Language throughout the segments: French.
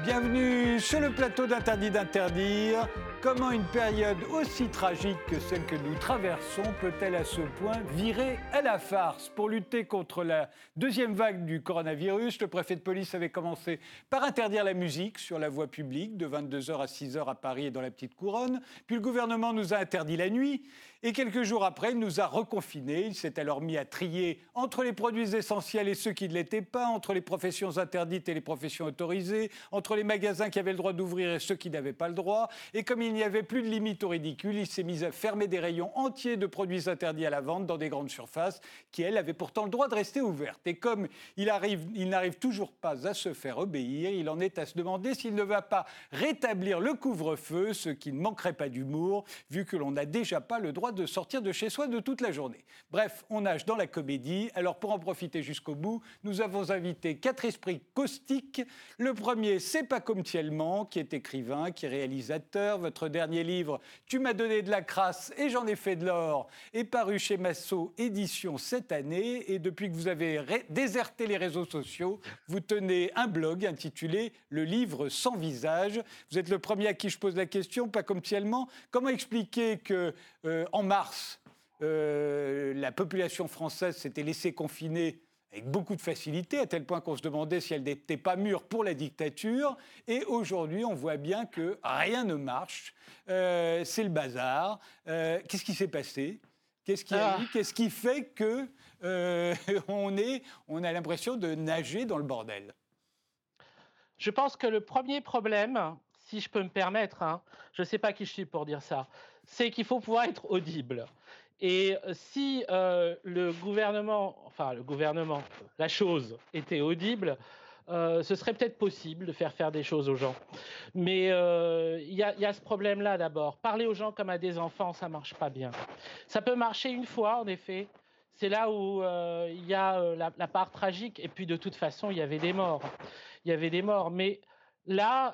Bienvenue sur le plateau d'Interdit d'interdire. Comment une période aussi tragique que celle que nous traversons peut-elle à ce point virer à la farce? Pour lutter contre la deuxième vague du coronavirus, le préfet de police avait commencé par interdire la musique sur la voie publique de 22h à 6h à Paris et dans la Petite Couronne. Puis le gouvernement nous a interdit la nuit. Et quelques jours après, il nous a reconfinés. Il s'est alors mis à trier entre les produits essentiels et ceux qui ne l'étaient pas, entre les professions interdites et les professions autorisées, entre les magasins qui avaient le droit d'ouvrir et ceux qui n'avaient pas le droit. Et comme il n'y avait plus de limite au ridicule, il s'est mis à fermer des rayons entiers de produits interdits à la vente dans des grandes surfaces qui, elles, avaient pourtant le droit de rester ouvertes. Et comme il n'arrive toujours pas à se faire obéir, il en est à se demander s'il ne va pas rétablir le couvre-feu, ce qui ne manquerait pas d'humour, vu que l'on n'a déjà pas le droit de sortir de chez soi de toute la journée. Bref, on nage dans la comédie. Alors pour en profiter jusqu'au bout, nous avons invité 4 esprits caustiques. Le premier, c'est Paco Mtielman, qui est écrivain, qui est réalisateur. Votre dernier livre, Tu m'as donné de la crasse et j'en ai fait de l'or, est paru chez Massot Éditions cette année. Et depuis que vous avez déserté les réseaux sociaux, vous tenez un blog intitulé Le livre sans visage. Vous êtes le premier à qui je pose la question, Paco Mtielman. Comment expliquer que en mars, la population française s'était laissée confiner avec beaucoup de facilité, à tel point qu'on se demandait si elle n'était pas mûre pour la dictature. Et aujourd'hui, on voit bien que rien ne marche. C'est le bazar. Qu'est-ce qui s'est passé ? Qu'est-ce qui fait que on a l'impression de nager dans le bordel ? Je pense que le premier problème, si je peux me permettre, je ne sais pas qui je suis pour dire ça, c'est qu'il faut pouvoir être audible. Et si le gouvernement, la chose était audible, ce serait peut-être possible de faire des choses aux gens. Mais il y a ce problème-là d'abord. Parler aux gens comme à des enfants, ça ne marche pas bien. Ça peut marcher une fois, en effet. C'est là où il y a la part tragique. Et puis de toute façon, il y avait des morts. Mais là,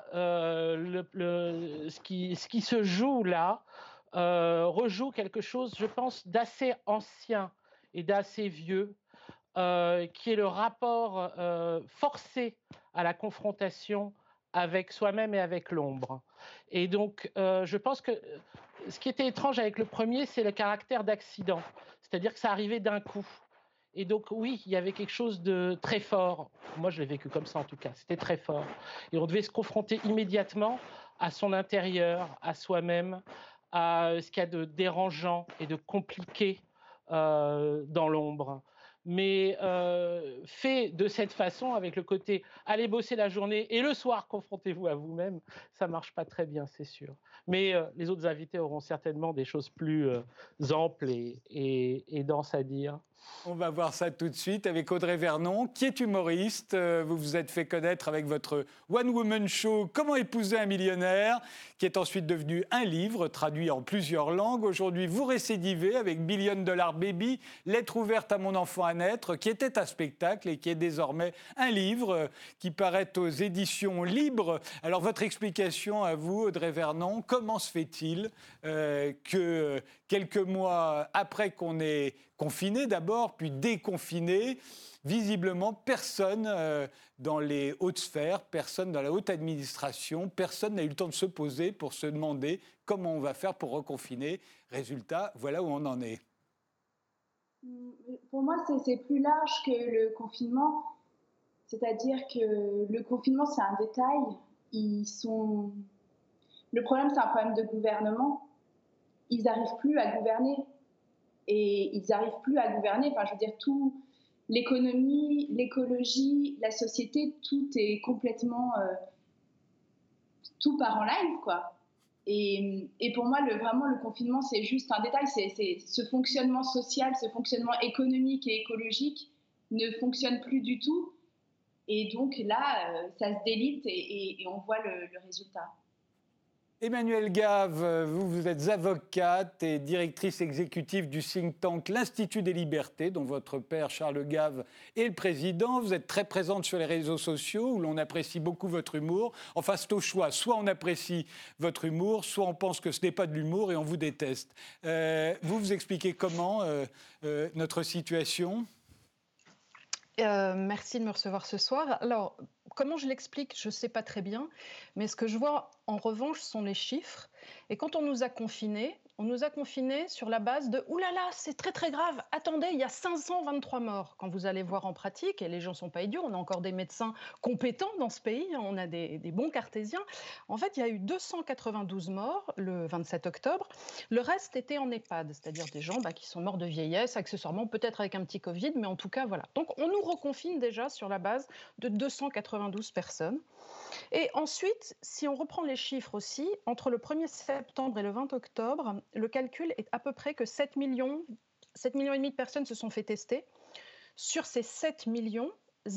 ce qui se joue là, rejoue quelque chose, je pense, d'assez ancien et d'assez vieux, qui est le rapport forcé à la confrontation avec soi-même et avec l'ombre. Et donc, je pense que ce qui était étrange avec le premier, c'est le caractère d'accident. C'est-à-dire que ça arrivait d'un coup. Et donc, oui, il y avait quelque chose de très fort. Moi, je l'ai vécu comme ça, en tout cas. C'était très fort. Et on devait se confronter immédiatement à son intérieur, à soi-même, à ce qu'il y a de dérangeant et de compliqué dans l'ombre. Mais fait de cette façon, avec le côté allez bosser la journée et le soir confrontez-vous à vous-même, ça marche pas très bien, c'est sûr. Mais les autres invités auront certainement des choses plus amples et denses à dire. On va voir ça tout de suite avec Audrey Vernon, qui est humoriste. Vous vous êtes fait connaître avec votre one-woman show « Comment épouser un millionnaire », qui est ensuite devenu un livre traduit en plusieurs langues. Aujourd'hui, vous récidivez avec « Billion Dollar Baby », lettre ouverte à mon enfant à naître, qui était un spectacle et qui est désormais un livre qui paraît aux éditions libres. Alors, votre explication à vous, Audrey Vernon, comment se fait-il que quelques mois après qu'on ait confiné d'abord, puis déconfiné, visiblement, personne dans les hautes sphères, personne dans la haute administration, personne n'a eu le temps de se poser pour se demander comment on va faire pour reconfiner. Résultat, voilà où on en est. Pour moi, c'est plus large que le confinement. C'est-à-dire que le confinement, c'est un détail. Le problème, c'est un problème de gouvernement. Ils n'arrivent plus à gouverner. Et ils n'arrivent plus à gouverner. Enfin, je veux dire, tout, l'économie, l'écologie, la société, tout est complètement... tout part en live, quoi. Et pour moi, vraiment, le confinement, c'est juste un détail. C'est ce fonctionnement social, ce fonctionnement économique et écologique ne fonctionne plus du tout. Et donc là, ça se délite et on voit le résultat. Emmanuelle Gave, vous êtes avocate et directrice exécutive du think tank l'Institut des Libertés, dont votre père Charles Gave est le président. Vous êtes très présente sur les réseaux sociaux où l'on apprécie beaucoup votre humour. Enfin, c'est au choix. Soit on apprécie votre humour, soit on pense que ce n'est pas de l'humour et on vous déteste. Vous expliquez comment notre situation ? Merci de me recevoir ce soir. Alors, comment je l'explique, je ne sais pas très bien, mais ce que je vois en revanche sont les chiffres. Et quand on nous a confinés sur la base de « Ouh là là, c'est très très grave, attendez, il y a 523 morts ». Quand vous allez voir en pratique, et les gens ne sont pas idiots, on a encore des médecins compétents dans ce pays, on a des bons cartésiens. En fait, il y a eu 292 morts le 27 octobre. Le reste était en EHPAD, c'est-à-dire des gens qui sont morts de vieillesse, accessoirement peut-être avec un petit Covid, mais en tout cas, voilà. Donc on nous reconfine déjà sur la base de 292 personnes. Et ensuite, si on reprend les chiffres aussi, entre le 1er septembre et le 20 octobre, le calcul est à peu près que 7 millions et demi de personnes se sont fait tester. Sur ces 7 millions,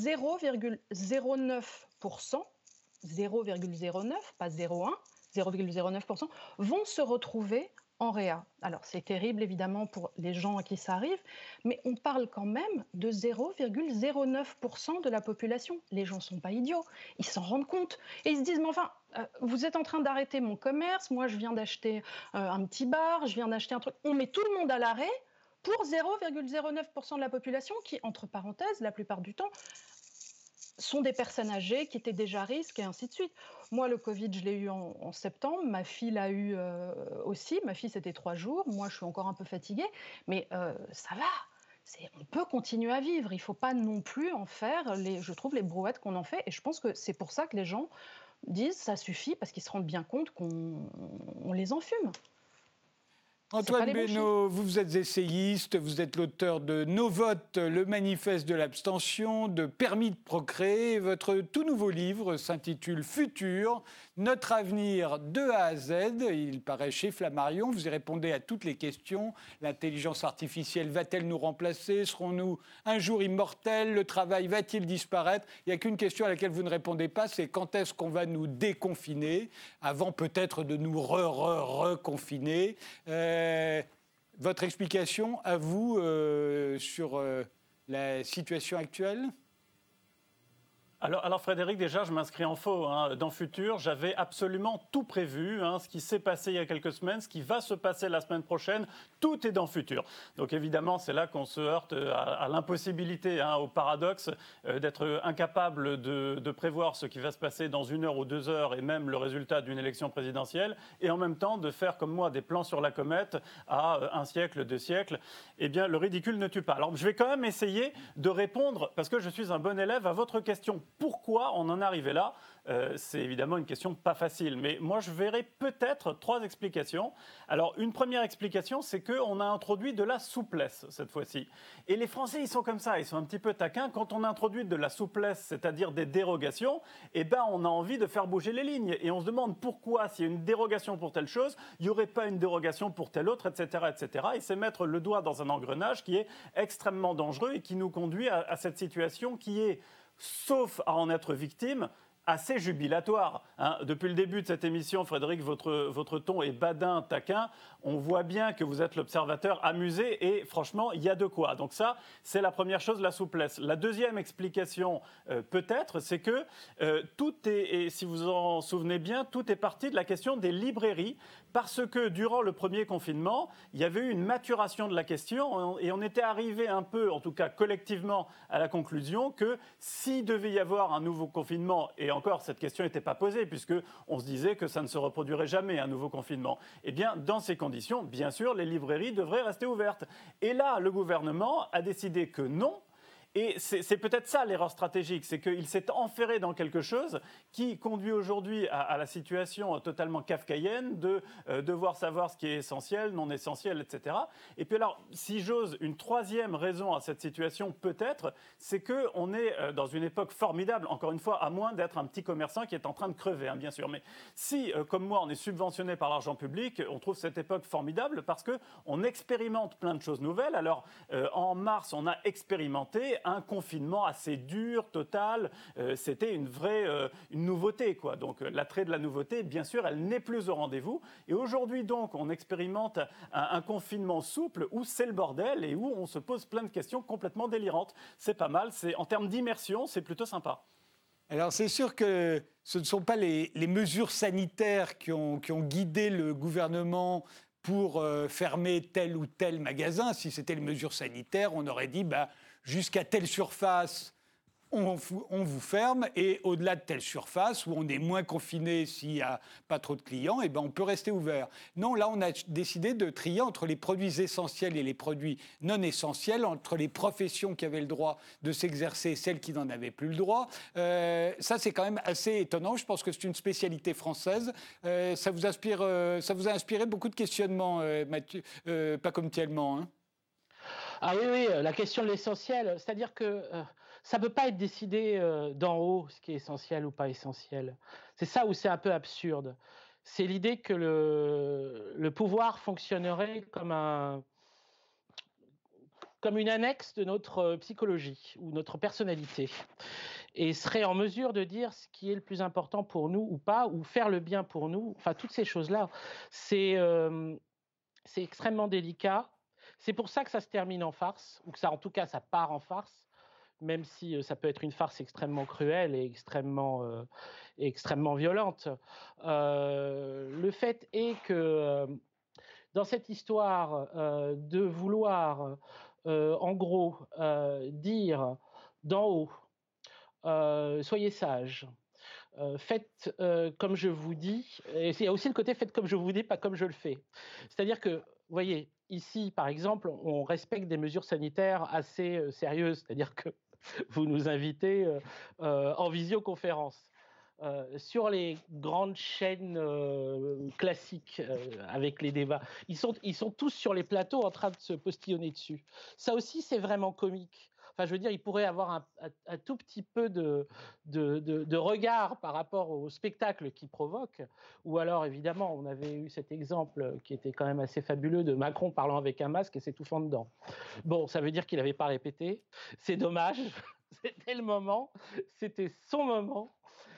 0,09%, 0,09, pas 0,1, 0,09% vont se retrouver en réa. Alors, c'est terrible, évidemment, pour les gens à qui ça arrive, mais on parle quand même de 0,09% de la population. Les gens ne sont pas idiots, ils s'en rendent compte. Et ils se disent, mais enfin, vous êtes en train d'arrêter mon commerce, moi, je viens d'acheter un petit bar, je viens d'acheter un truc. On met tout le monde à l'arrêt pour 0,09% de la population qui, entre parenthèses, la plupart du temps, sont des personnes âgées qui étaient déjà à risque et ainsi de suite. Moi, le Covid, je l'ai eu en septembre. Ma fille l'a eu aussi. Ma fille, c'était 3 jours. Moi, je suis encore un peu fatiguée. Mais ça va. On peut continuer à vivre. Il ne faut pas non plus en faire, je trouve, les brouettes qu'on en fait. Et je pense que c'est pour ça que les gens disent ça suffit, parce qu'ils se rendent bien compte qu'on les enfume. Antoine Beynaud, vous êtes essayiste, vous êtes l'auteur de Nos votes, le manifeste de l'abstention, de Permis de procréer. Votre tout nouveau livre s'intitule Futur, notre avenir de A à Z. Il paraît chez Flammarion. Vous y répondez à toutes les questions. L'intelligence artificielle va-t-elle nous remplacer? Serons-nous un jour immortels? Le travail va-t-il disparaître? Il n'y a qu'une question à laquelle vous ne répondez pas, c'est quand est-ce qu'on va nous déconfiner, avant peut-être de nous reconfiner. Votre explication à vous sur la situation actuelle? Alors Frédéric, déjà, je m'inscris en faux. Dans Futur, j'avais absolument tout prévu. Ce qui s'est passé il y a quelques semaines, ce qui va se passer la semaine prochaine, tout est dans Futur. Donc évidemment, c'est là qu'on se heurte à l'impossibilité, au paradoxe d'être incapable de prévoir ce qui va se passer dans 1 heure ou 2 heures et même le résultat d'une élection présidentielle, et en même temps de faire comme moi des plans sur la comète à 1 siècle, 2 siècles. Eh bien, le ridicule ne tue pas. Alors je vais quand même essayer de répondre, parce que je suis un bon élève, à votre question. Pourquoi on en est arrivé là? C'est évidemment une question pas facile, mais moi je verrai peut-être 3 explications. Alors une première explication, c'est qu'on a introduit de la souplesse cette fois-ci. Et les Français, ils sont comme ça, ils sont un petit peu taquins. Quand on introduit de la souplesse, c'est-à-dire des dérogations, on a envie de faire bouger les lignes. Et on se demande pourquoi, s'il y a une dérogation pour telle chose, il n'y aurait pas une dérogation pour telle autre, etc., etc. Et c'est mettre le doigt dans un engrenage qui est extrêmement dangereux et qui nous conduit à cette situation qui est, sauf à en être victime, assez jubilatoire. Depuis le début de cette émission, Frédéric, votre ton est badin, taquin. On voit bien que vous êtes l'observateur amusé et franchement, il y a de quoi. Donc ça, c'est la première chose, la souplesse. La deuxième explication, peut-être, c'est que tout est, et si vous en souvenez bien, tout est parti de la question des librairies, parce que durant le premier confinement, il y avait eu une maturation de la question et on était arrivé un peu, en tout cas collectivement, à la conclusion que s'il devait y avoir un nouveau confinement, et encore cette question n'était pas posée puisqu'on se disait que ça ne se reproduirait jamais un nouveau confinement, eh bien dans ces conditions, bien sûr, les librairies devraient rester ouvertes. Et là, le gouvernement a décidé que non. Et c'est peut-être ça l'erreur stratégique, c'est qu'il s'est enferré dans quelque chose qui conduit aujourd'hui à la situation totalement kafkaïenne de devoir savoir ce qui est essentiel, non essentiel, etc. Et puis alors, si j'ose, une troisième raison à cette situation, peut-être, c'est qu'on est dans une époque formidable, encore une fois, à moins d'être un petit commerçant qui est en train de crever, bien sûr. Mais si, comme moi, on est subventionné par l'argent public, on trouve cette époque formidable parce qu'on expérimente plein de choses nouvelles. Alors, en mars, on a expérimenté un confinement assez dur, total. C'était une vraie une nouveauté, quoi. Donc l'attrait de la nouveauté, bien sûr, elle n'est plus au rendez-vous. Et aujourd'hui, donc, on expérimente un confinement souple où c'est le bordel et où on se pose plein de questions complètement délirantes. C'est pas mal. En termes d'immersion, c'est plutôt sympa. Alors c'est sûr que ce ne sont pas les mesures sanitaires qui ont guidé le gouvernement pour fermer tel ou tel magasin. Si c'était les mesures sanitaires, on aurait dit jusqu'à telle surface, on vous ferme, et au-delà de telle surface, où on est moins confiné s'il n'y a pas trop de clients, eh ben on peut rester ouvert. Non, là, on a décidé de trier entre les produits essentiels et les produits non essentiels, entre les professions qui avaient le droit de s'exercer et celles qui n'en avaient plus le droit. Ça, c'est quand même assez étonnant. Je pense que c'est une spécialité française. Ça vous a inspiré beaucoup de questionnements, Mathieu, pas comme tellement, hein. Ah oui, la question de l'essentiel, c'est-à-dire que ça ne peut pas être décidé d'en haut, ce qui est essentiel ou pas essentiel. C'est ça où c'est un peu absurde. C'est l'idée que le pouvoir fonctionnerait comme une annexe de notre psychologie ou notre personnalité, et serait en mesure de dire ce qui est le plus important pour nous ou pas, ou faire le bien pour nous. Enfin, toutes ces choses-là, c'est extrêmement délicat. C'est pour ça que ça se termine en farce, ou que ça, en tout cas, ça part en farce, même si ça peut être une farce extrêmement cruelle et extrêmement violente. Le fait est que dans cette histoire de vouloir, en gros, dire d'en haut, soyez sages, faites comme je vous dis, et il y a aussi le côté faites comme je vous dis, pas comme je le fais. C'est-à-dire que, vous voyez, ici, par exemple, on respecte des mesures sanitaires assez sérieuses, c'est-à-dire que vous nous invitez en visioconférence. Sur les grandes chaînes classiques avec les débats, ils sont tous sur les plateaux en train de se postillonner dessus. Ça aussi, c'est vraiment comique. Enfin, je veux dire, il pourrait avoir un tout petit peu de regard par rapport au spectacle qu'il provoque. Ou alors, évidemment, on avait eu cet exemple qui était quand même assez fabuleux de Macron parlant avec un masque et s'étouffant dedans. Bon, ça veut dire qu'il n'avait pas répété. C'est dommage. C'était le moment. C'était son moment.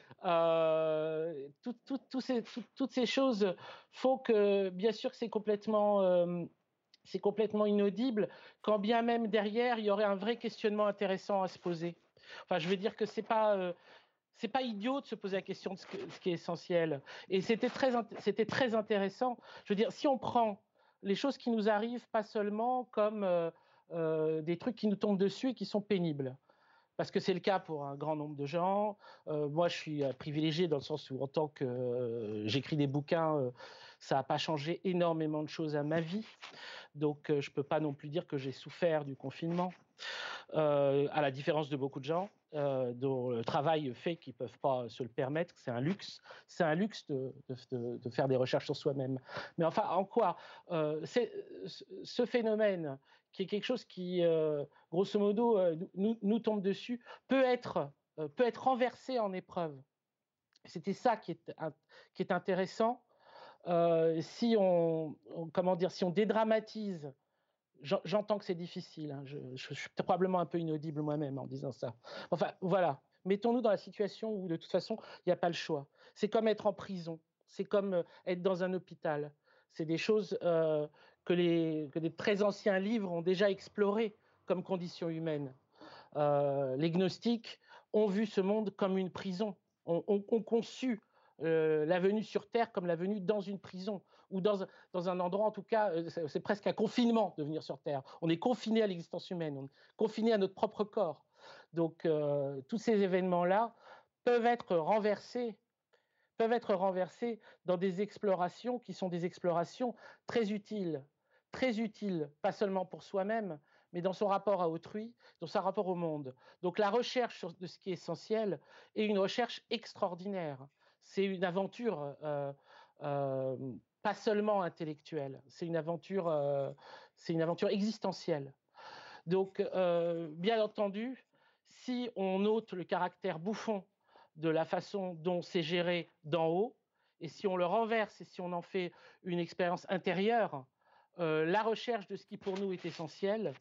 Toutes ces choses font que, bien sûr, que c'est complètement inaudible, quand bien même derrière, il y aurait un vrai questionnement intéressant à se poser. Enfin, je veux dire que c'est pas idiot de se poser la question de ce qui est essentiel. Et c'était très intéressant. Je veux dire, si on prend les choses qui nous arrivent, pas seulement comme des trucs qui nous tombent dessus et qui sont pénibles, parce que c'est le cas pour un grand nombre de gens. Moi, je suis privilégié dans le sens où, en tant que j'écris des bouquins, ça n'a pas changé énormément de choses à ma vie. Donc, je ne peux pas non plus dire que j'ai souffert du confinement, à la différence de beaucoup de gens dont le travail fait qu'ils ne peuvent pas se le permettre. C'est un luxe. C'est un luxe de faire des recherches sur soi-même. Mais enfin, en quoi ce phénomène, qui est quelque chose qui, grosso modo, nous tombe dessus, peut être renversé en épreuve. C'était ça qui est intéressant. Si on dédramatise, j'entends que c'est difficile, hein, je suis probablement un peu inaudible moi-même en disant ça. Enfin, voilà, mettons-nous dans la situation où, de toute façon, il n'y a pas le choix. C'est comme être en prison, c'est comme être dans un hôpital. C'est des choses que des très anciens livres ont déjà explorées comme conditions humaines. Les gnostiques ont vu ce monde comme une prison, ont conçu la venue sur Terre comme la venue dans une prison, ou dans un endroit, en tout cas, c'est presque un confinement de venir sur Terre. On est confiné à l'existence humaine, on est confiné à notre propre corps. Donc, tous ces événements-là peuvent être renversés dans des explorations qui sont des explorations très utiles, pas seulement pour soi-même, mais dans son rapport à autrui, dans son rapport au monde. Donc la recherche de ce qui est essentiel est une recherche extraordinaire. C'est une aventure pas seulement intellectuelle, c'est une aventure existentielle. Donc, bien entendu, si on ôte le caractère bouffon de la façon dont c'est géré d'en haut, et si on le renverse et si on en fait une expérience intérieure, la recherche de ce qui pour nous est essentiel,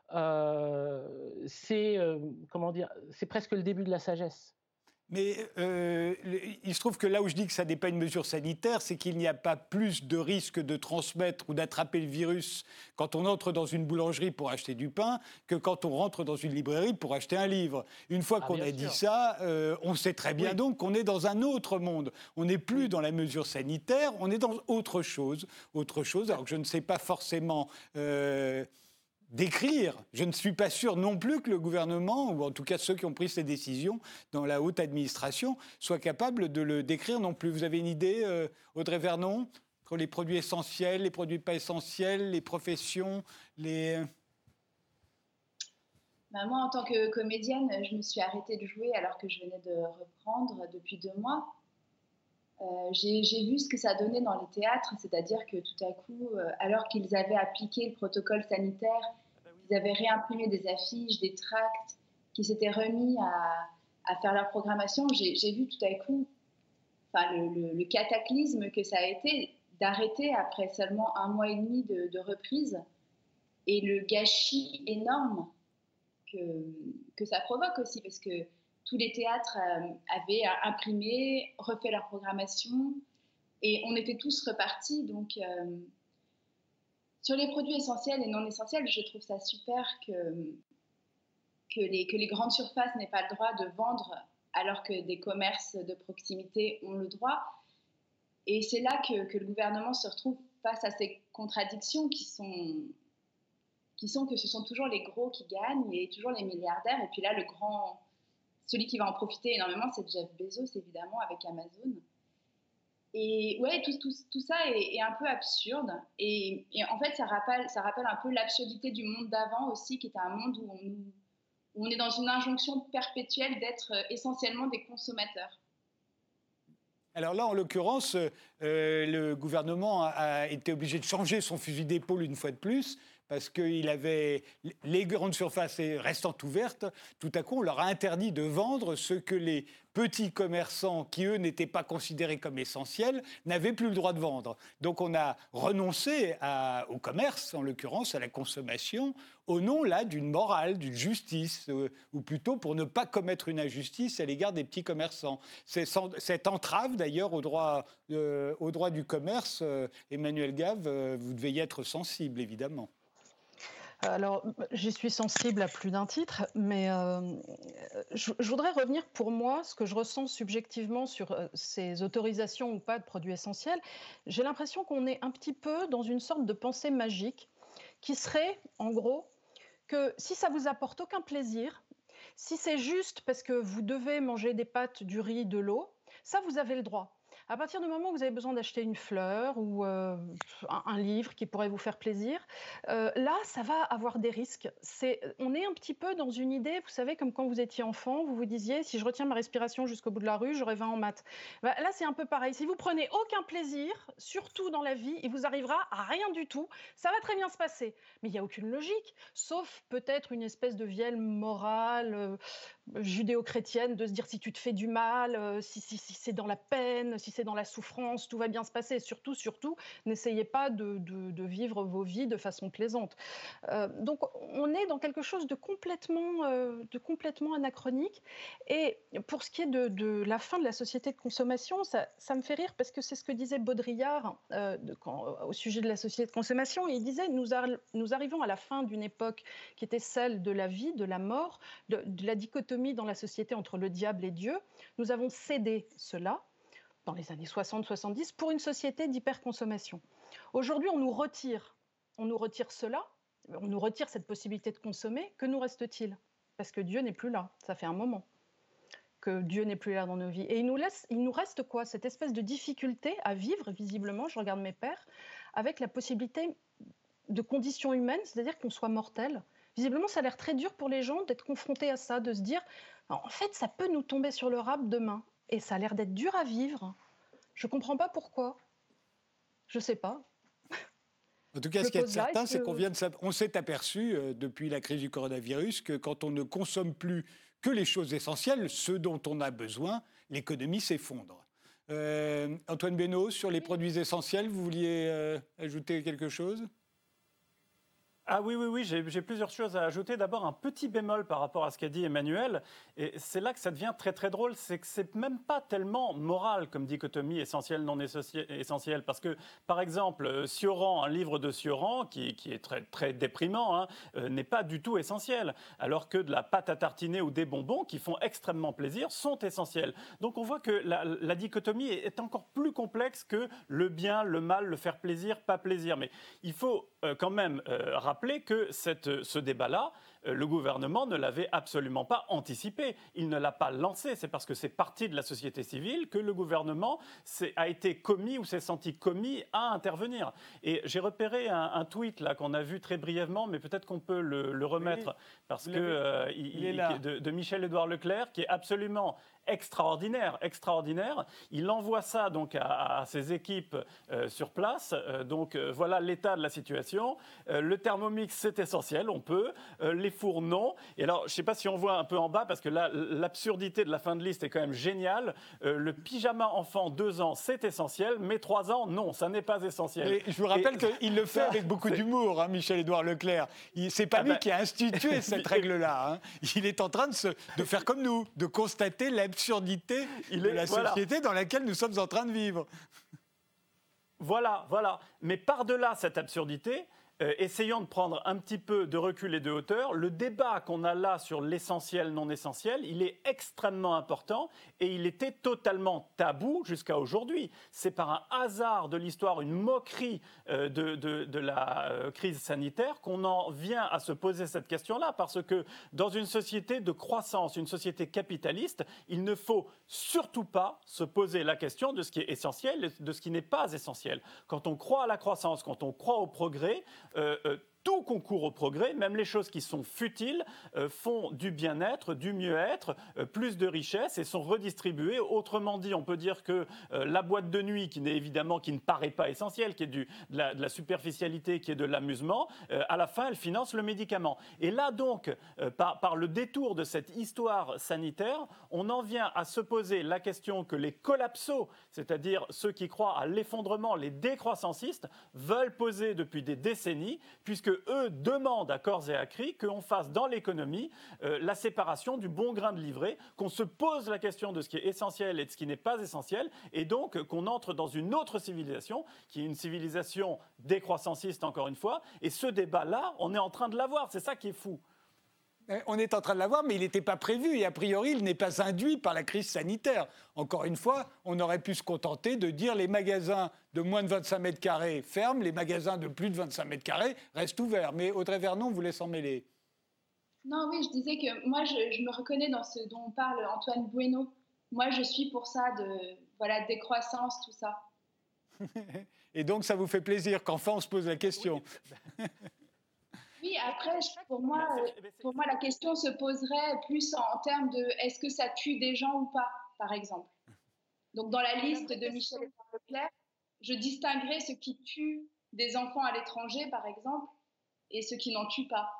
c'est presque le début de la sagesse. Mais il se trouve que là où je dis que ça n'est pas une mesure sanitaire, c'est qu'il n'y a pas plus de risque de transmettre ou d'attraper le virus quand on entre dans une boulangerie pour acheter du pain que quand on rentre dans une librairie pour acheter un livre. Une fois qu'on a dit ça, on sait très bien donc qu'on est dans un autre monde. On n'est plus dans la mesure sanitaire, on est dans autre chose. Alors que je ne sais pas forcément décrire. Je ne suis pas sûr non plus que le gouvernement, ou en tout cas ceux qui ont pris ces décisions dans la haute administration, soient capables de le décrire non plus. Vous avez une idée, Audrey Vernon, entre les produits essentiels, les produits pas essentiels, les professions, les... Moi, en tant que comédienne, je me suis arrêtée de jouer alors que je venais de reprendre depuis 2 mois. J'ai vu ce que ça donnait dans les théâtres, c'est-à-dire que tout à coup, alors qu'ils avaient appliqué le protocole sanitaire, ils avaient réimprimé des affiches, des tracts, qui s'étaient remis à faire leur programmation. J'ai vu tout à coup le cataclysme que ça a été d'arrêter après seulement 1 mois et demi de reprise et le gâchis énorme que ça provoque aussi, parce que tous les théâtres avaient imprimé, refait leur programmation, et on était tous repartis. Donc, sur les produits essentiels et non essentiels, je trouve ça super que les grandes surfaces n'aient pas le droit de vendre, alors que des commerces de proximité ont le droit. Et c'est là que le gouvernement se retrouve face à ces contradictions qui sont que ce sont toujours les gros qui gagnent et toujours les milliardaires. Et puis là, celui qui va en profiter énormément, c'est Jeff Bezos, évidemment, avec Amazon. Et ouais, tout ça est un peu absurde. Et en fait, ça rappelle un peu l'absurdité du monde d'avant aussi, qui était un monde où on est dans une injonction perpétuelle d'être essentiellement des consommateurs. Alors là, en l'occurrence, le gouvernement a été obligé de changer son fusil d'épaule une fois de plus, parce que les grandes surfaces restant ouvertes, tout à coup, on leur a interdit de vendre ce que les petits commerçants, qui eux n'étaient pas considérés comme essentiels, n'avaient plus le droit de vendre. Donc on a renoncé au commerce, en l'occurrence à la consommation, au nom là d'une morale, d'une justice, ou plutôt pour ne pas commettre une injustice à l'égard des petits commerçants. Cette entrave d'ailleurs au droit du commerce, Emmanuelle Gave, vous devez y être sensible évidemment. Alors, j'y suis sensible à plus d'un titre, mais je voudrais revenir pour moi, ce que je ressens subjectivement sur ces autorisations ou pas de produits essentiels. J'ai l'impression qu'on est un petit peu dans une sorte de pensée magique qui serait, en gros, que si ça vous apporte aucun plaisir, si c'est juste parce que vous devez manger des pâtes, du riz, de l'eau, ça, vous avez le droit. À partir du moment où vous avez besoin d'acheter une fleur ou un livre qui pourrait vous faire plaisir, là, ça va avoir des risques. On est un petit peu dans une idée, vous savez, comme quand vous étiez enfant, vous vous disiez, si je retiens ma respiration jusqu'au bout de la rue, j'aurai 20 en maths. Là, c'est un peu pareil. Si vous prenez aucun plaisir, surtout dans la vie, il vous arrivera à rien du tout. Ça va très bien se passer. Mais il n'y a aucune logique, sauf peut-être une espèce de vieille morale judéo-chrétienne de se dire si tu te fais du mal, si c'est dans la peine, si c'est dans la souffrance, tout va bien se passer. Surtout, n'essayez pas de vivre vos vies de façon plaisante. Donc, on est dans quelque chose de complètement anachronique. Et pour ce qui est de la fin de la société de consommation, ça me fait rire parce que c'est ce que disait Baudrillard au sujet de la société de consommation. Il disait nous arrivons à la fin d'une époque qui était celle de la vie, de la mort, de la dichotomie dans la société entre le diable et Dieu. Nous avons cédé cela dans les années 60-70 pour une société d'hyperconsommation. Aujourd'hui, on nous retire cela, on nous retire cette possibilité de consommer. Que nous reste-t-il ? Parce que Dieu n'est plus là, ça fait un moment que Dieu n'est plus là dans nos vies. Et il nous reste quoi ? Cette espèce de difficulté à vivre, visiblement, je regarde mes pères, avec la possibilité de conditions humaines, c'est-à-dire qu'on soit mortel. Visiblement, ça a l'air très dur pour les gens d'être confrontés à ça, de se dire, en fait, ça peut nous tomber sur le rap demain. Et ça a l'air d'être dur à vivre. Je ne comprends pas pourquoi. Je ne sais pas. En tout cas, ce qui est certain, c'est qu'on s'est aperçu, depuis la crise du coronavirus, que quand on ne consomme plus que les choses essentielles, ce dont on a besoin, l'économie s'effondre. Antoine Beynaud, sur les produits essentiels, vous vouliez ajouter quelque chose ? Ah oui, j'ai plusieurs choses à ajouter. D'abord, un petit bémol par rapport à ce qu'a dit Emmanuel. Et c'est là que ça devient très très drôle, c'est que c'est même pas tellement moral comme dichotomie essentielle non essentielle. Parce que, par exemple, Cioran, un livre de Cioran, qui est très, très déprimant, n'est pas du tout essentiel. Alors que de la pâte à tartiner ou des bonbons, qui font extrêmement plaisir, sont essentiels. Donc on voit que la dichotomie est encore plus complexe que le bien, le mal, le faire plaisir, pas plaisir. Mais il faut quand même rappeler que ce débat-là, le gouvernement ne l'avait absolument pas anticipé. Il ne l'a pas lancé. C'est parce que c'est parti de la société civile que le gouvernement a été commis ou s'est senti commis à intervenir. Et j'ai repéré un tweet là qu'on a vu très brièvement, mais peut-être qu'on peut le remettre, parce que de Michel-Édouard Leclerc, qui est absolument extraordinaire. Il envoie ça donc à ses équipes sur place. Voilà l'état de la situation. Le Thermomix, c'est essentiel, on peut. Les fours, non. Et alors, je ne sais pas si on voit un peu en bas, parce que là, l'absurdité de la fin de liste est quand même géniale. Le pyjama enfant 2 ans, c'est essentiel, mais 3 ans, non, ça n'est pas essentiel. Et je vous rappelle qu'il le fait avec beaucoup d'humour, Michel-Édouard Leclerc. Ce n'est pas lui qui a institué cette règle-là. Hein. Il est en train de faire comme nous, de constater l'absurdité de la société dans laquelle nous sommes en train de vivre. Voilà. Mais par-delà cette absurdité, essayons de prendre un petit peu de recul et de hauteur. Le débat qu'on a là sur l'essentiel, non essentiel, il est extrêmement important et il était totalement tabou jusqu'à aujourd'hui. C'est par un hasard de l'histoire, une moquerie de la crise sanitaire qu'on en vient à se poser cette question-là, parce que dans une société de croissance, une société capitaliste, il ne faut surtout pas se poser la question de ce qui est essentiel et de ce qui n'est pas essentiel. Quand on croit à la croissance, quand on croit au progrès, tout concourt au progrès, même les choses qui sont futiles font du bien-être, du mieux-être, plus de richesse et sont redistribuées. Autrement dit, on peut dire que la boîte de nuit, qui ne paraît pas essentielle, qui est de la superficialité, qui est de l'amusement, à la fin, elle finance le médicament. Et là donc, par le détour de cette histoire sanitaire, on en vient à se poser la question que les collapsos, c'est-à-dire ceux qui croient à l'effondrement, les décroissancistes, veulent poser depuis des décennies, puisque eux demandent à corps et à cri qu'on fasse dans l'économie la séparation du bon grain de livret, qu'on se pose la question de ce qui est essentiel et de ce qui n'est pas essentiel, et donc qu'on entre dans une autre civilisation, qui est une civilisation décroissanciste encore une fois, et ce débat-là, on est en train de l'avoir, c'est ça qui est fou. On est en train de l'avoir, mais il n'était pas prévu et a priori, il n'est pas induit par la crise sanitaire. Encore une fois, on aurait pu se contenter de dire les magasins de moins de 25 mètres carrés ferment, les magasins de plus de 25 mètres carrés restent ouverts. Mais Audrey Vernon voulait s'en mêler. Non, oui, je disais que moi, je me reconnais dans ce dont parle Antoine Bueno. Moi, je suis pour ça, décroissance, tout ça. Et donc, ça vous fait plaisir qu'enfin on se pose la question. Oui, après, pour moi, la question se poserait plus en termes de est-ce que ça tue des gens ou pas, par exemple. Donc, dans la liste de Michel-Édouard Leclerc, je distinguerais ce qui tue des enfants à l'étranger, par exemple, et ce qui n'en tue pas.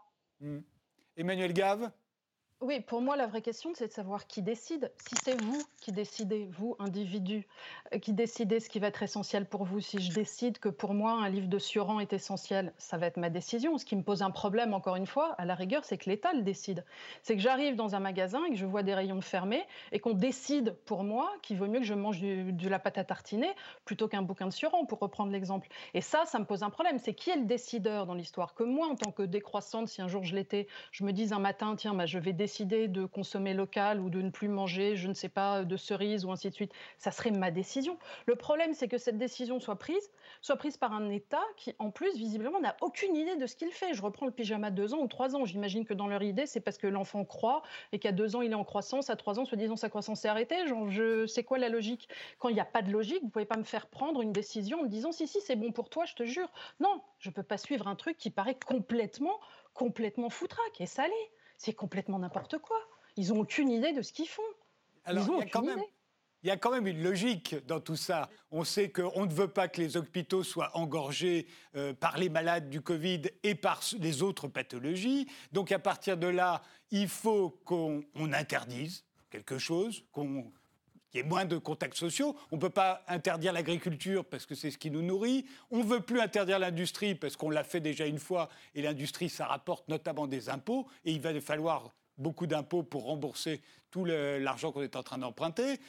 Emmanuel Gave ? Oui, pour moi, la vraie question, c'est de savoir qui décide. Si c'est vous qui décidez, vous, individu, qui décidez ce qui va être essentiel pour vous, si je décide que pour moi, un livre de Sioran est essentiel, ça va être ma décision. Ce qui me pose un problème, encore une fois, à la rigueur, c'est que l'État le décide. C'est que j'arrive dans un magasin et que je vois des rayons fermés et qu'on décide pour moi qu'il vaut mieux que je mange de la pâte à tartiner plutôt qu'un bouquin de Sioran, pour reprendre l'exemple. Et ça me pose un problème. C'est qui est le décideur dans l'histoire ? Que moi, en tant que décroissante, si un jour je l'étais, je me dise un matin, tiens, je vais décider de consommer local ou de ne plus manger, je ne sais pas, de cerises ou ainsi de suite, ça serait ma décision. Le problème, c'est que cette décision soit prise par un État qui, en plus, visiblement, n'a aucune idée de ce qu'il fait. Je reprends le pyjama 2 ans ou 3 ans. J'imagine que dans leur idée, c'est parce que l'enfant croît et qu'à 2 ans, il est en croissance, à 3 ans, soi-disant, sa croissance est arrêtée. C'est quoi la logique ? Quand il n'y a pas de logique, vous ne pouvez pas me faire prendre une décision en me disant « si, c'est bon pour toi, je te jure ». Non, je ne peux pas suivre un truc qui paraît complètement foutraque et salé. C'est complètement n'importe quoi. Ils n'ont aucune idée de ce qu'ils font. Alors, il y a quand même une logique dans tout ça. On sait qu'on ne veut pas que les hôpitaux soient engorgés par les malades du Covid et par les autres pathologies. Donc, à partir de là, il faut qu'on interdise quelque chose, qu'il y ait moins de contacts sociaux. On ne peut pas interdire l'agriculture parce que c'est ce qui nous nourrit. On ne veut plus interdire l'industrie parce qu'on l'a fait déjà une fois et l'industrie, ça rapporte notamment des impôts et il va falloir beaucoup d'impôts pour rembourser tout l'argent qu'on est en train d'emprunter.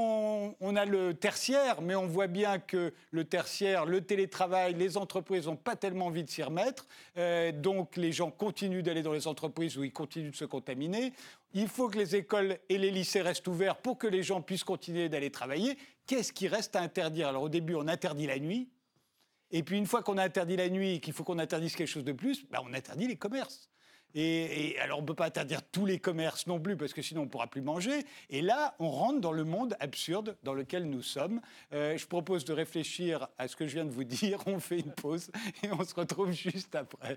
On a le tertiaire, mais on voit bien que le tertiaire, le télétravail, les entreprises n'ont pas tellement envie de s'y remettre. Donc les gens continuent d'aller dans les entreprises où ils continuent de se contaminer. Il faut que les écoles et les lycées restent ouverts pour que les gens puissent continuer d'aller travailler. Qu'est-ce qui reste à interdire ? Alors au début, on interdit la nuit. Et puis une fois qu'on a interdit la nuit et qu'il faut qu'on interdise quelque chose de plus, on interdit les commerces. Et alors, on ne peut pas interdire tous les commerces non plus, parce que sinon, on ne pourra plus manger. Et là, on rentre dans le monde absurde dans lequel nous sommes. Je propose de réfléchir à ce que je viens de vous dire. On fait une pause et on se retrouve juste après.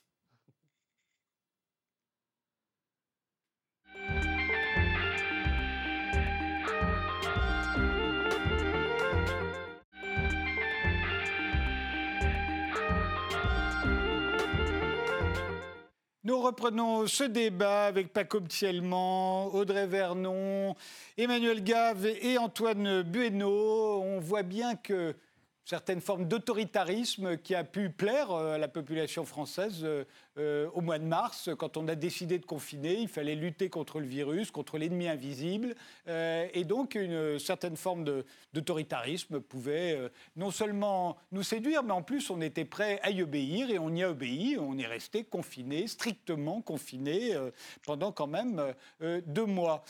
Nous reprenons ce débat avec Paco Ptielman, Audrey Vernon, Emmanuel Gave et Antoine Bueno. On voit bien que certaines formes d'autoritarisme qui a pu plaire à la population française au mois de mars, quand on a décidé de confiner, il fallait lutter contre le virus, contre l'ennemi invisible. Et donc, une certaine forme d'autoritarisme pouvait non seulement nous séduire, mais en plus, on était prêt à y obéir et on y a obéi. On est resté confiné, strictement confiné, pendant quand même 2 mois.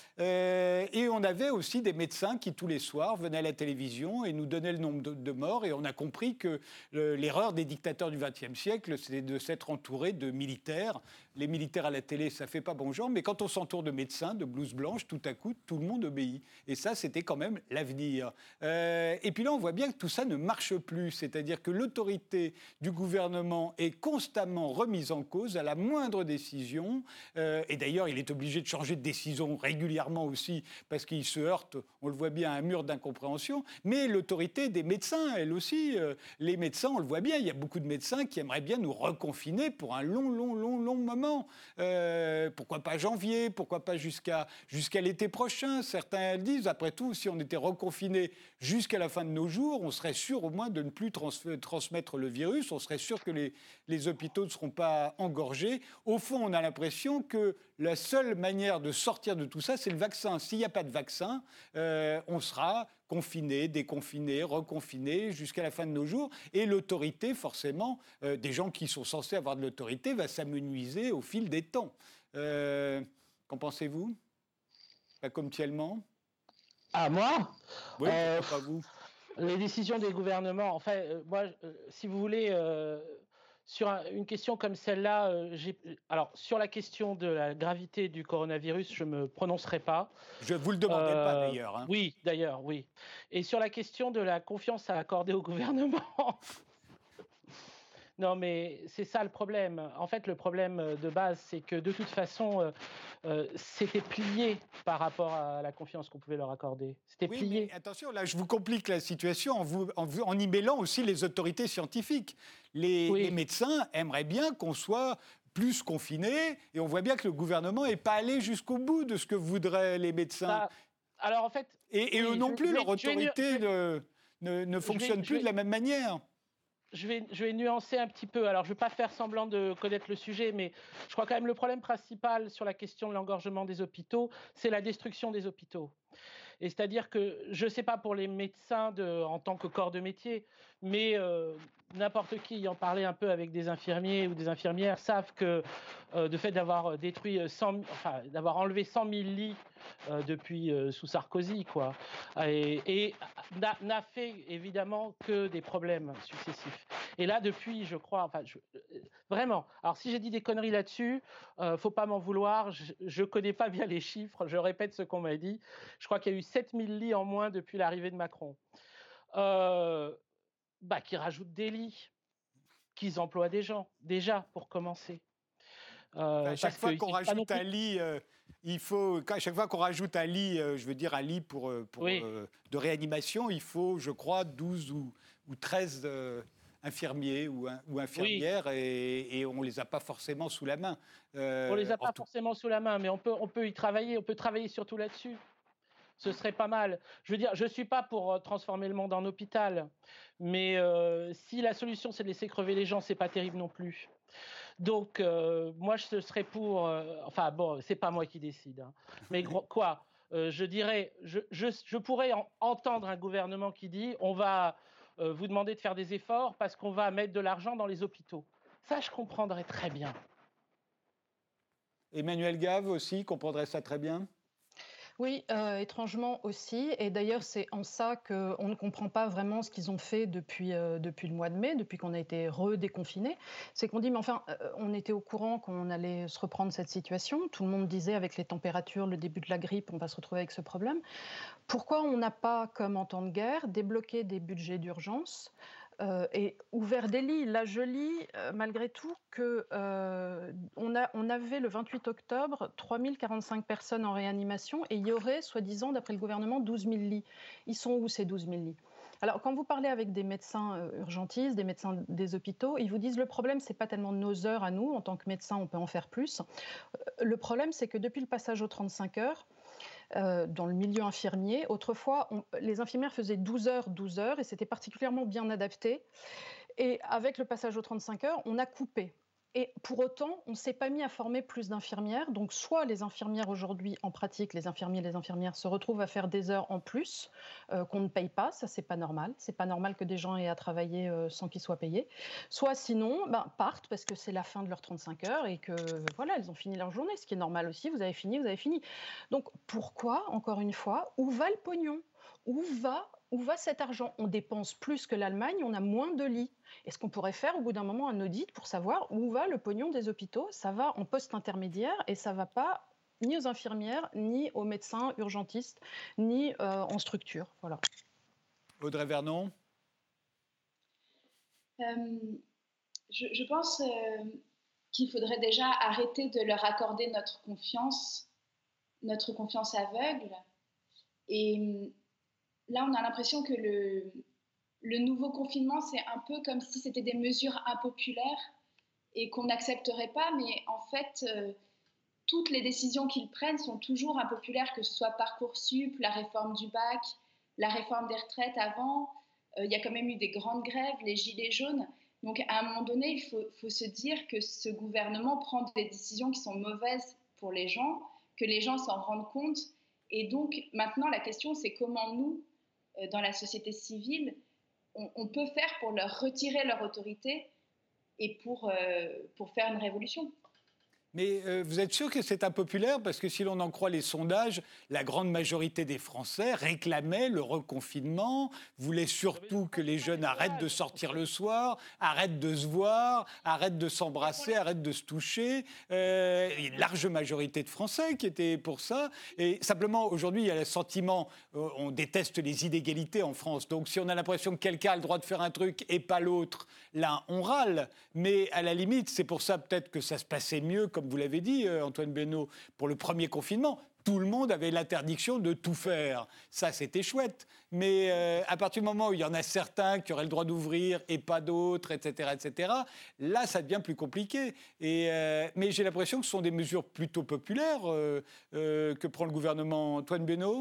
Et on avait aussi des médecins qui, tous les soirs, venaient à la télévision et nous donnaient le nombre de morts. Et on a compris que l'erreur des dictateurs du XXe siècle, c'est de s'être entouré de militaires. Les militaires à la télé, ça fait pas bon genre, mais quand on s'entoure de médecins, de blouses blanches, tout à coup, tout le monde obéit. Et ça, c'était quand même l'avenir. Et puis là, on voit bien que tout ça ne marche plus. C'est-à-dire que l'autorité du gouvernement est constamment remise en cause à la moindre décision. Et d'ailleurs, il est obligé de changer de décision régulièrement aussi, parce qu'il se heurte, on le voit bien, à un mur d'incompréhension. Mais l'autorité des médecins, elle aussi, les médecins, on le voit bien, il y a beaucoup de médecins qui aimeraient bien nous reconfiner pour un long moment. Pourquoi pas janvier, pourquoi pas jusqu'à l'été prochain. Certains disent, après tout, si on était reconfiné jusqu'à la fin de nos jours, on serait sûr au moins de ne plus transmettre le virus, on serait sûr que les hôpitaux ne seront pas engorgés. Au fond, on a l'impression que la seule manière de sortir de tout ça, c'est le vaccin. S'il n'y a pas de vaccin, on sera confinés, déconfinés, reconfinés jusqu'à la fin de nos jours. Et l'autorité, forcément, des gens qui sont censés avoir de l'autorité, va s'amenuiser au fil des temps. Qu'en pensez-vous ? Pas comme Ptielman ? Ah, moi ? Oui, pas vous. Les décisions des gouvernements, enfin, moi, si vous voulez... Sur une question comme celle-là, alors sur la question de la gravité du coronavirus, je ne me prononcerai pas. Je ne vous le demandais pas d'ailleurs. Hein. Oui, d'ailleurs, oui. Et sur la question de la confiance à accorder au gouvernement, non mais c'est ça le problème. En fait, le problème de base, c'est que de toute façon, c'était plié par rapport à la confiance qu'on pouvait leur accorder. C'était plié. Mais attention, là, je vous complique la situation en y mêlant aussi les autorités scientifiques. Les médecins aimeraient bien qu'on soit plus confinés, et on voit bien que le gouvernement n'est pas allé jusqu'au bout de ce que voudraient les médecins. Alors en fait... Et eux non plus, leur autorité ne fonctionne plus de la même manière. Je vais nuancer un petit peu. Alors, je ne vais pas faire semblant de connaître le sujet, mais je crois quand même que le problème principal sur la question de l'engorgement des hôpitaux, c'est la destruction des hôpitaux. Et c'est-à-dire que, je ne sais pas pour les médecins en tant que corps de métier, mais n'importe qui ayant parlé un peu avec des infirmiers ou des infirmières savent que de fait d'avoir d'avoir enlevé 100 000 lits depuis sous Sarkozy, quoi, et n'a fait évidemment que des problèmes successifs. Et là, depuis, je crois, vraiment. Alors, si j'ai dit des conneries là-dessus, faut pas m'en vouloir. Je connais pas bien les chiffres. Je répète ce qu'on m'a dit. Je crois qu'il y a eu 7000 lits en moins depuis l'arrivée de Macron. Qu'ils rajoutent des lits, qu'ils emploient des gens, déjà, pour commencer. À chaque fois qu'on rajoute un lit, à chaque fois qu'on rajoute un lit, je veux dire un lit de réanimation, il faut, je crois, 12 ou 13 infirmiers ou infirmières, et on ne les a pas forcément sous la main. On ne les a pas forcément sous la main, mais on peut y travailler, on peut travailler surtout là-dessus. Ce serait pas mal. Je veux dire, je ne suis pas pour transformer le monde en hôpital, mais si la solution c'est de laisser crever les gens, c'est pas terrible non plus. Donc, moi, je serais pour... c'est pas moi qui décide. Hein. Mais je dirais, je pourrais entendre un gouvernement qui dit on va vous demander de faire des efforts parce qu'on va mettre de l'argent dans les hôpitaux. Ça, je comprendrais très bien. Emmanuel Gave aussi comprendrait ça très bien. Oui, étrangement aussi. Et d'ailleurs, c'est en ça qu'on ne comprend pas vraiment ce qu'ils ont fait depuis le mois de mai, depuis qu'on a été redéconfinés. C'est qu'on dit, mais enfin, on était au courant qu'on allait se reprendre cette situation. Tout le monde disait, avec les températures, le début de la grippe, on va se retrouver avec ce problème. Pourquoi on n'a pas, comme en temps de guerre, débloqué des budgets d'urgence et ouvert des lits? Là, je lis malgré tout qu'on avait le 28 octobre 3045 personnes en réanimation et il y aurait, soi-disant, d'après le gouvernement, 12 000 lits. Ils sont où ces 12 000 lits? Alors, quand vous parlez avec des médecins urgentistes, des médecins des hôpitaux, ils vous disent le problème, c'est pas tellement nos heures à nous. En tant que médecin, on peut en faire plus. Le problème, c'est que depuis le passage aux 35 heures, dans le milieu infirmier. Autrefois, les infirmières faisaient 12 heures, et c'était particulièrement bien adapté. Et avec le passage aux 35 heures, on a coupé. Et pour autant, on ne s'est pas mis à former plus d'infirmières. Donc, soit les infirmières aujourd'hui, en pratique, les infirmiers et les infirmières se retrouvent à faire des heures en plus qu'on ne paye pas. Ça, c'est pas normal. C'est pas normal que des gens aient à travailler sans qu'ils soient payés. Soit sinon, partent parce que c'est la fin de leurs 35 heures et que voilà, elles ont fini leur journée. Ce qui est normal aussi. Vous avez fini, vous avez fini. Donc, pourquoi, encore une fois, où va le pognon? Où va cet argent? On dépense plus que l'Allemagne, on a moins de lits. Est-ce qu'on pourrait faire au bout d'un moment un audit pour savoir où va le pognon des hôpitaux? Ça va en poste intermédiaire et ça ne va pas ni aux infirmières, ni aux médecins urgentistes, ni en structure. Voilà. Audrey Vernon. Je pense qu'il faudrait déjà arrêter de leur accorder notre confiance aveugle. Et là, on a l'impression que le nouveau confinement, c'est un peu comme si c'était des mesures impopulaires et qu'on n'accepterait pas. Mais en fait, toutes les décisions qu'ils prennent sont toujours impopulaires, que ce soit Parcoursup, la réforme du bac, la réforme des retraites avant. Il y a quand même eu des grandes grèves, les gilets jaunes. Donc, à un moment donné, il faut se dire que ce gouvernement prend des décisions qui sont mauvaises pour les gens, que les gens s'en rendent compte. Et donc, maintenant, la question, c'est comment nous, dans la société civile, on peut faire pour leur retirer leur autorité et pour faire une révolution. Mais vous êtes sûr que c'est impopulaire? Parce que si l'on en croit les sondages, la grande majorité des Français réclamaient le reconfinement, voulaient surtout que les jeunes arrêtent de sortir le soir, arrêtent de se voir, arrêtent de s'embrasser, arrêtent de se toucher. Il y a une large majorité de Français qui étaient pour ça. Et simplement, aujourd'hui, il y a le sentiment, on déteste les inégalités en France. Donc si on a l'impression que quelqu'un a le droit de faire un truc et pas l'autre, là, on râle. Mais à la limite, c'est pour ça peut-être que ça se passait mieux, comme vous l'avez dit, Antoine Benoît, pour le premier confinement. Tout le monde avait l'interdiction de tout faire. Ça, c'était chouette. Mais à partir du moment où il y en a certains qui auraient le droit d'ouvrir et pas d'autres, etc., là, ça devient plus compliqué. Mais j'ai l'impression que ce sont des mesures plutôt populaires que prend le gouvernement. Antoine Benoît?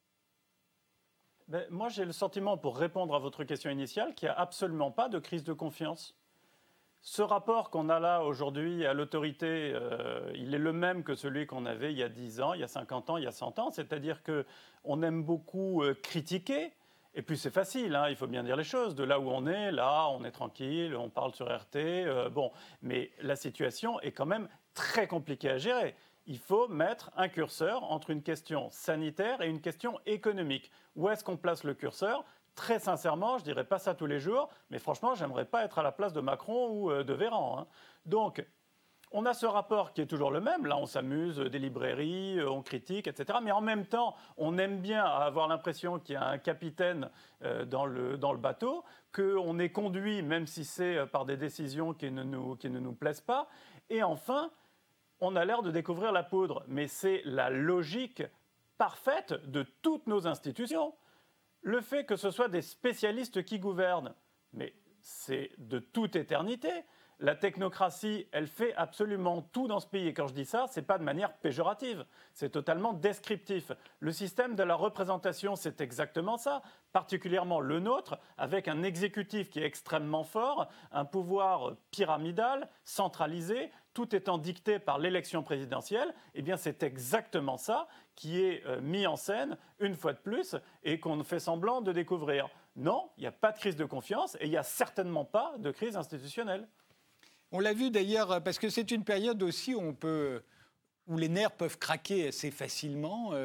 Moi, j'ai le sentiment, pour répondre à votre question initiale, qu'il n'y a absolument pas de crise de confiance. Ce rapport qu'on a là aujourd'hui à l'autorité, il est le même que celui qu'on avait il y a 10 ans, il y a 50 ans, il y a 100 ans. C'est-à-dire qu'on aime beaucoup critiquer. Et puis c'est facile, il faut bien dire les choses. De là où on est tranquille, on parle sur RT. Mais la situation est quand même très compliquée à gérer. Il faut mettre un curseur entre une question sanitaire et une question économique. Où est-ce qu'on place le curseur ? Très sincèrement, je ne dirais pas ça tous les jours, mais franchement, je n'aimerais pas être à la place de Macron ou de Véran. Donc, on a ce rapport qui est toujours le même. Là, on s'amuse, des librairies, on critique, etc. Mais en même temps, on aime bien avoir l'impression qu'il y a un capitaine dans le bateau, qu'on est conduit, même si c'est par des décisions qui ne nous plaisent pas. Et enfin, on a l'air de découvrir la poudre. Mais c'est la logique parfaite de toutes nos institutions. Le fait que ce soit des spécialistes qui gouvernent, mais c'est de toute éternité. La technocratie, elle fait absolument tout dans ce pays. Et quand je dis ça, ce n'est pas de manière péjorative, c'est totalement descriptif. Le système de la représentation, c'est exactement ça, particulièrement le nôtre, avec un exécutif qui est extrêmement fort, un pouvoir pyramidal, centralisé, tout étant dicté par l'élection présidentielle. Eh bien, c'est exactement ça qui est mis en scène, une fois de plus, et qu'on fait semblant de découvrir. Non, il n'y a pas de crise de confiance et il n'y a certainement pas de crise institutionnelle. On l'a vu d'ailleurs, parce que c'est une période aussi où les nerfs peuvent craquer assez facilement.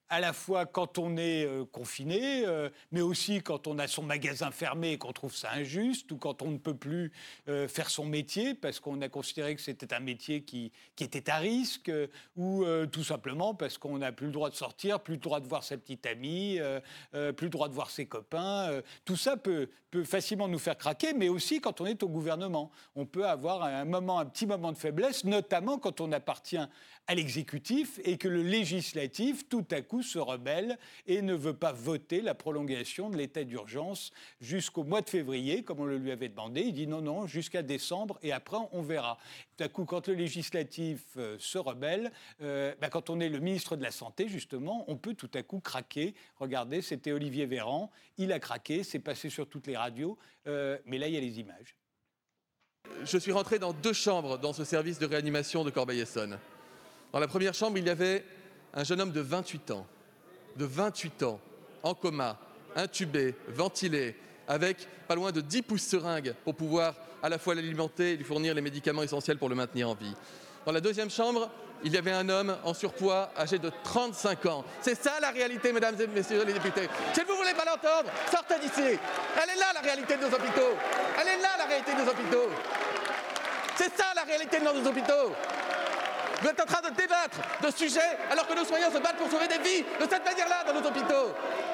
à la fois quand on est confiné, mais aussi quand on a son magasin fermé et qu'on trouve ça injuste, ou quand on ne peut plus faire son métier parce qu'on a considéré que c'était un métier qui était à risque, ou tout simplement parce qu'on n'a plus le droit de sortir, plus le droit de voir sa petite amie, plus le droit de voir ses copains. Tout ça peut facilement nous faire craquer, mais aussi quand on est au gouvernement. On peut avoir un petit moment de faiblesse, notamment quand on appartient à l'exécutif et que le législatif, tout à coup, se rebelle et ne veut pas voter la prolongation de l'état d'urgence jusqu'au mois de février, comme on le lui avait demandé. Il dit non, jusqu'à décembre, et après, on verra. Tout à coup, quand le législatif se rebelle, quand on est le ministre de la Santé, justement, on peut tout à coup craquer. Regardez, c'était Olivier Véran, il a craqué, c'est passé sur toutes les radios, mais là, il y a les images. Je suis rentré dans 2 chambres dans ce service de réanimation de Corbeil-Essonnes. Dans la première chambre, il y avait un jeune homme de 28 ans, en coma, intubé, ventilé, avec pas loin de 10 pouces seringues pour pouvoir à la fois l'alimenter et lui fournir les médicaments essentiels pour le maintenir en vie. Dans la deuxième chambre, il y avait un homme en surpoids âgé de 35 ans. C'est ça la réalité, mesdames et messieurs les députés. Si vous ne voulez pas l'entendre, sortez d'ici. Elle est là la réalité de nos hôpitaux. Elle est là la réalité de nos hôpitaux. C'est ça la réalité de nos hôpitaux. Vous êtes en train de débattre de sujets alors que nos soignants se battent pour sauver des vies de cette manière-là dans nos hôpitaux.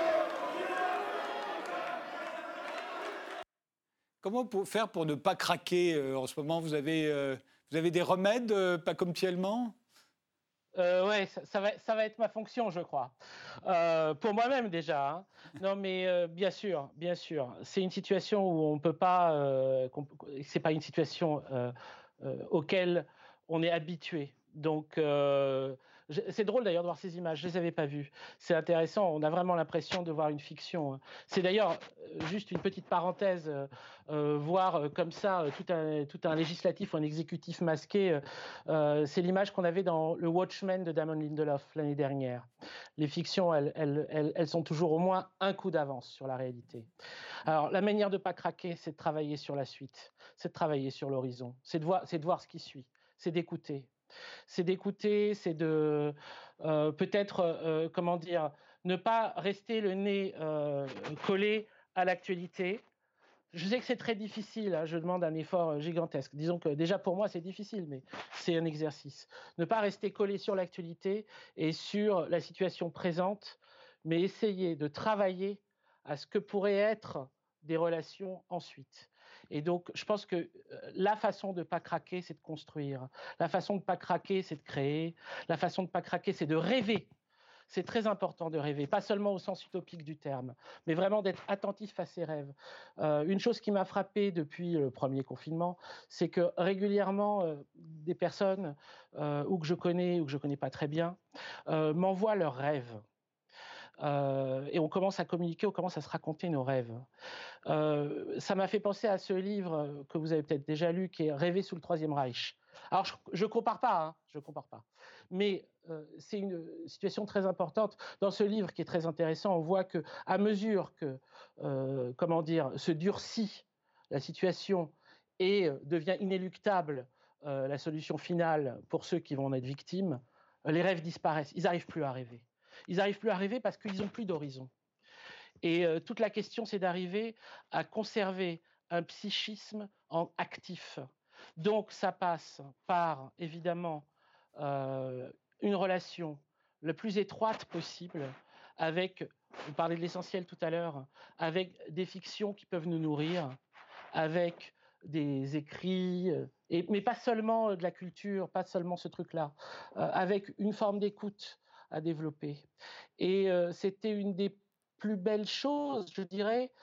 Comment faire pour ne pas craquer en ce moment? Vous avez des remèdes, pas comme Thielman? Oui, ça va être ma fonction, je crois. Pour moi-même déjà. Hein. Non, mais bien sûr. C'est une situation où on ne peut pas. C'est pas une situation auquel on est habitué. Donc, c'est drôle d'ailleurs de voir ces images. Je les avais pas vues. C'est intéressant. On a vraiment l'impression de voir une fiction. C'est d'ailleurs juste une petite parenthèse. Voir comme ça tout un législatif ou un exécutif masqué. C'est l'image qu'on avait dans le Watchmen de Damon Lindelof l'année dernière. Les fictions, elles sont toujours au moins un coup d'avance sur la réalité. Alors, la manière de ne pas craquer, c'est de travailler sur la suite, c'est de travailler sur l'horizon, c'est de voir ce qui suit, c'est d'écouter. C'est de peut-être, ne pas rester le nez collé à l'actualité. Je sais que c'est très difficile, hein, je demande un effort gigantesque. Disons que déjà pour moi c'est difficile, mais c'est un exercice. Ne pas rester collé sur l'actualité et sur la situation présente, mais essayer de travailler à ce que pourraient être des relations ensuite. Et donc je pense que la façon de ne pas craquer, c'est de construire. La façon de ne pas craquer, c'est de créer. La façon de ne pas craquer, c'est de rêver. C'est très important de rêver, pas seulement au sens utopique du terme, mais vraiment d'être attentif à ses rêves. Une chose qui m'a frappé depuis le premier confinement, c'est que régulièrement, des personnes ou que je connais pas très bien, m'envoient leurs rêves. Et on commence à communiquer, on commence à se raconter nos rêves. Ça m'a fait penser à ce livre que vous avez peut-être déjà lu, qui est Rêver sous le Troisième Reich. Alors, je compare pas, mais c'est une situation très importante. Dans ce livre qui est très intéressant, on voit que, à mesure que, se durcit la situation et devient inéluctable la solution finale pour ceux qui vont en être victimes, les rêves disparaissent. Ils n'arrivent plus à rêver. Ils n'arrivent plus à rêver parce qu'ils n'ont plus d'horizon. Et toute la question, c'est d'arriver à conserver un psychisme actif. Donc, ça passe par, évidemment, une relation le plus étroite possible avec, vous parlez de l'essentiel tout à l'heure, avec des fictions qui peuvent nous nourrir, avec des écrits, mais pas seulement de la culture, pas seulement ce truc-là, avec une forme d'écoute à développer. Et c'était une des plus belles choses, je dirais.